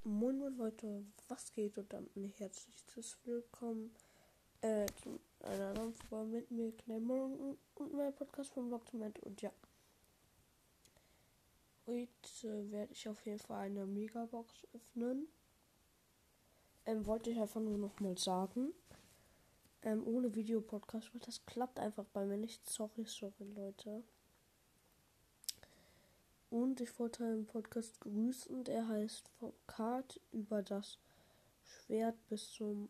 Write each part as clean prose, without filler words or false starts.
Moin Moin Leute, was geht und damit ein herzliches Willkommen zu einer neuen Folge mit mir, Claymore und meinem Podcast von Vlogtomat. Und ja, heute werde ich auf jeden Fall eine Megabox öffnen. Wollte ich einfach nur noch mal sagen. Ohne Videopodcast, weil das klappt einfach bei mir nicht. Sorry Leute. Und ich wollte einen Podcast grüßen, der heißt vom Kart über das Schwert bis zum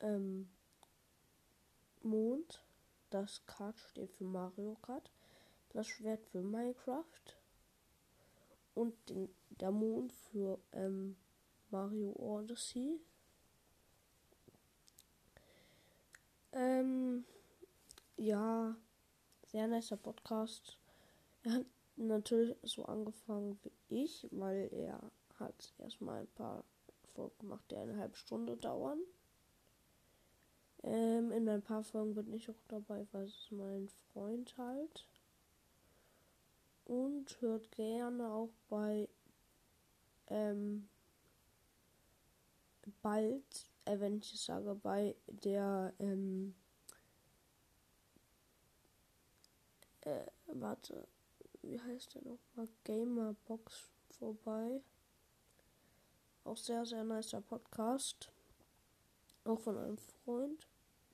Mond. Das Kart steht für Mario Kart. Das Schwert für Minecraft. Und der Mond für Mario Odyssey. Ja, sehr nicer Podcast. Er hat natürlich so angefangen wie ich, weil er hat erstmal ein paar Folgen gemacht, die 1,5 Stunde dauern. In ein paar Folgen bin ich auch dabei, weil es mein Freund halt. Und hört gerne auch bei bald, wenn ich es sage, bei der warte, wie heißt der nochmal? Gamerbox vorbei. Auch sehr, sehr nicer Podcast. Auch von einem Freund.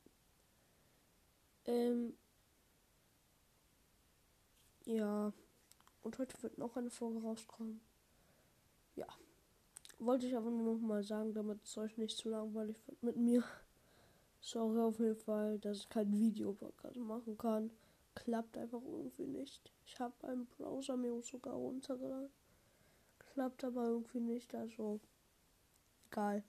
Ja. Und heute wird noch eine Folge rauskommen. Ja. Wollte ich aber nur noch mal sagen, damit es euch nicht zu langweilig wird mit mir. Sorry auf jeden Fall, dass ich kein Videopodcast machen kann. Klappt einfach irgendwie nicht. Ich habe einen Browser mir sogar runtergeladen. Klappt aber irgendwie nicht, also egal.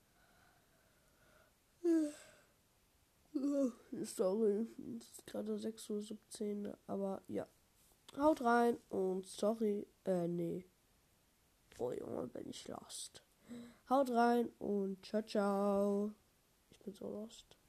Sorry, es ist gerade 6:17 Uhr, aber ja. Haut rein und sorry, nee. Oh Junge, bin ich lost. Haut rein und ciao, ciao. Ich bin so lost.